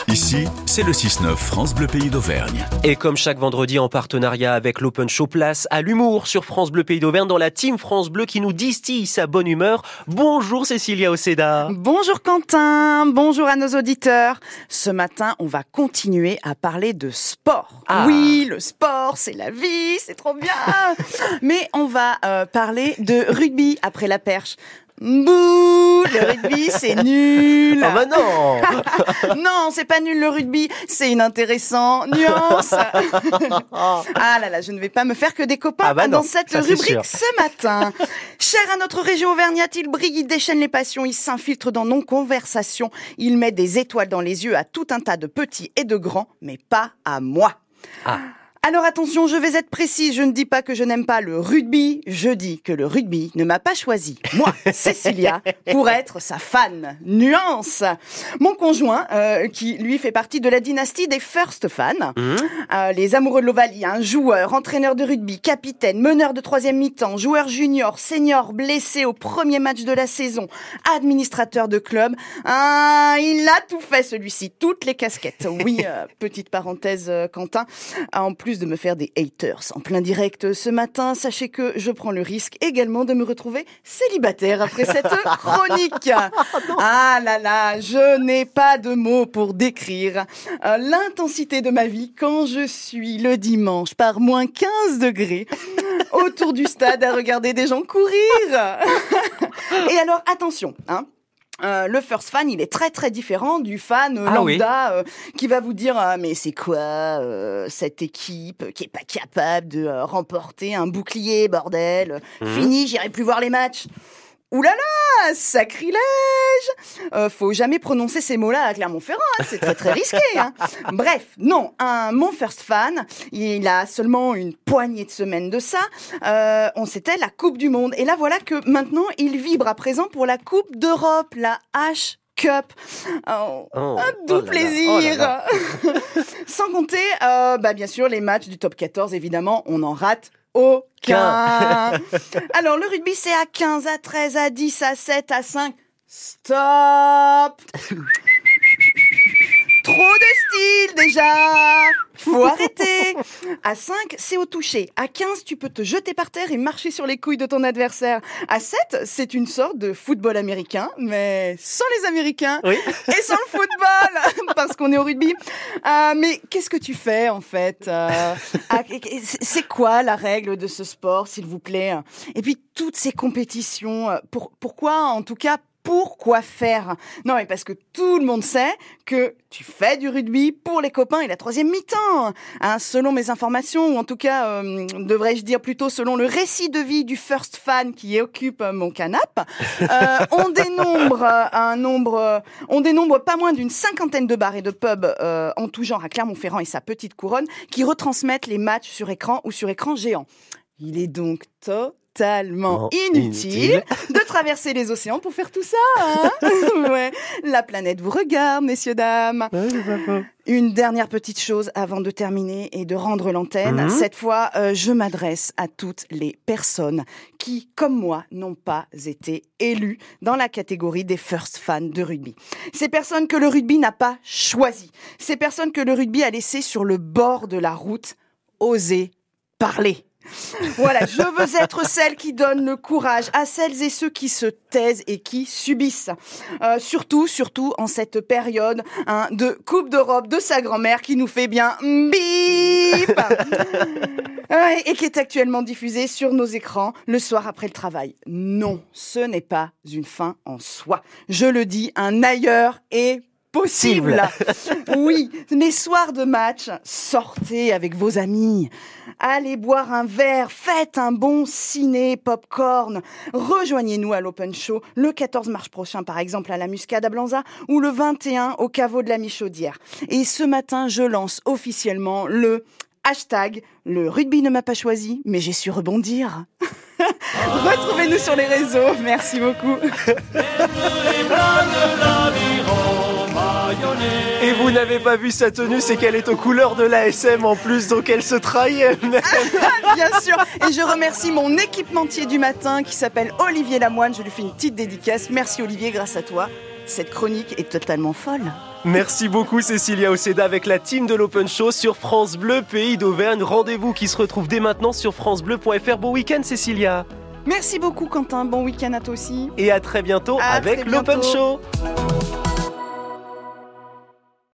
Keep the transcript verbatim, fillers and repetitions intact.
Ici, c'est le six neuf France Bleu Pays d'Auvergne. Et comme chaque vendredi en partenariat avec l'Open Show, place à l'humour sur France Bleu Pays d'Auvergne dans la team France Bleu qui nous distille sa bonne humeur. Bonjour Cécilia Oceda. Bonjour Quentin, bonjour à nos auditeurs. Ce matin, on va continuer à parler de sport. Ah. Oui, le sport, c'est la vie, c'est trop bien. Mais on va euh, parler de rugby après la perche. Bouh, le rugby, c'est nul. Ah bah non. Non, c'est pas nul le rugby, c'est inintéressant. Nuance. Ah là là, je ne vais pas me faire que des copains ah bah dans non, cette ça, rubrique ce matin. Cher à notre région auvergnate, il brille, il déchaîne les passions, il s'infiltre dans nos conversations, il met des étoiles dans les yeux à tout un tas de petits et de grands, mais pas à moi. Ah. Alors attention, je vais être précise, je ne dis pas que je n'aime pas le rugby, je dis que le rugby ne m'a pas choisi, moi, Cécilia, pour être sa fan. Nuance. Mon conjoint, euh, qui lui fait partie de la dynastie des first fans, mmh. euh, les amoureux de l'Ovalie, un joueur, entraîneur de rugby, capitaine, meneur de troisième mi-temps, joueur junior, senior, blessé au premier match de la saison, administrateur de club, ah, il a tout fait celui-ci, toutes les casquettes. Oui, euh, petite parenthèse, euh, Quentin, en plus de me faire des haters en plein direct ce matin, sachez que je prends le risque également de me retrouver célibataire après cette chronique. Ah là là, je n'ai pas de mots pour décrire euh, l'intensité de ma vie quand je suis le dimanche par moins quinze degrés autour du stade à regarder des gens courir. Et alors attention, hein. Euh, le first fan, il est très très différent du fan euh, ah, lambda oui. euh, qui va vous dire ah, mais c'est quoi euh, cette équipe qui est pas capable de euh, remporter un bouclier, bordel. Mmh. Fini, j'irai plus voir les matchs. Ouh là là, sacrilège. Euh, faut jamais prononcer ces mots-là à Clermont-Ferrand, hein, c'est très très risqué. Hein. Bref, non, un mon first fan, il a seulement une poignée de semaines de ça. Euh, on s'était la Coupe du Monde, et là voilà que maintenant il vibre à présent pour la Coupe d'Europe, la H Cup. Oh, oh, un doux oh plaisir. là là. Sans compter, euh, bah bien sûr les matchs du top quatorze, évidemment, on en rate aucun. Alors, le rugby, c'est à quinze, à treize, à dix, à sept, à cinq. Stop. Trop de style, déjà. Faut arrêter. À cinq, c'est au toucher. À quinze, tu peux te jeter par terre et marcher sur les couilles de ton adversaire. À sept, c'est une sorte de football américain, mais sans les Américains. Oui. Et sans le football, parce qu'on est au rugby. Euh, mais qu'est-ce que tu fais, en fait euh, C'est quoi la règle de ce sport, s'il vous plaît? Et puis, toutes ces compétitions, pour, pourquoi, en tout cas, pourquoi faire? Non, mais parce que tout le monde sait que tu fais du rugby pour les copains et la troisième mi-temps. Hein, selon mes informations, ou en tout cas, euh, devrais-je dire plutôt selon le récit de vie du first fan qui occupe mon canapé, euh, on dénombre un nombre, on dénombre pas moins d'une cinquantaine de bars et de pubs euh, en tout genre à Clermont-Ferrand et sa petite couronne qui retransmettent les matchs sur écran ou sur écran géant. Il est donc top. Totalement oh, inutile, inutile de traverser les océans pour faire tout ça. Hein ouais. La planète vous regarde, messieurs, dames. Ouais, c'est pas faux. Une dernière petite chose avant de terminer et de rendre l'antenne. Mmh. Cette fois, euh, je m'adresse à toutes les personnes qui, comme moi, n'ont pas été élues dans la catégorie des first fans de rugby. Ces personnes que le rugby n'a pas choisies. Ces personnes que le rugby a laissées sur le bord de la route. Osez parler. Voilà, je veux être celle qui donne le courage à celles et ceux qui se taisent et qui subissent. Euh, surtout, surtout en cette période hein, de Coupe d'Europe de sa grand-mère qui nous fait bien bip ouais, et qui est actuellement diffusée sur nos écrans le soir après le travail. Non, ce n'est pas une fin en soi. Je le dis, un ailleurs est possible. Oui, les soirs de match, sortez avec vos amis. Allez boire un verre, faites un bon ciné, popcorn. Rejoignez-nous à l'Open Show le quatorze mars prochain, par exemple, à la Muscade à Blanza ou le vingt et un au caveau de la Michaudière. Et ce matin, je lance officiellement le hashtag « Le rugby ne m'a pas choisi, mais j'ai su rebondir ». Retrouvez-nous sur les réseaux. Merci beaucoup. Et vous n'avez pas vu sa tenue, c'est qu'elle est aux couleurs de l'A S M en plus, donc elle se trahit elle-même. Bien sûr. Et je remercie mon équipementier du matin qui s'appelle Olivier Lamoine. Je lui fais une petite dédicace. Merci Olivier, grâce à toi, cette chronique est totalement folle. Merci beaucoup Cécilia Oceda avec la team de l'Open Show sur France Bleu Pays d'Auvergne. Rendez-vous qui se retrouve dès maintenant sur francebleu point f r. Bon week-end Cécilia. Merci beaucoup Quentin, bon week-end à toi aussi. Et à très bientôt à avec très l'Open bientôt. Show.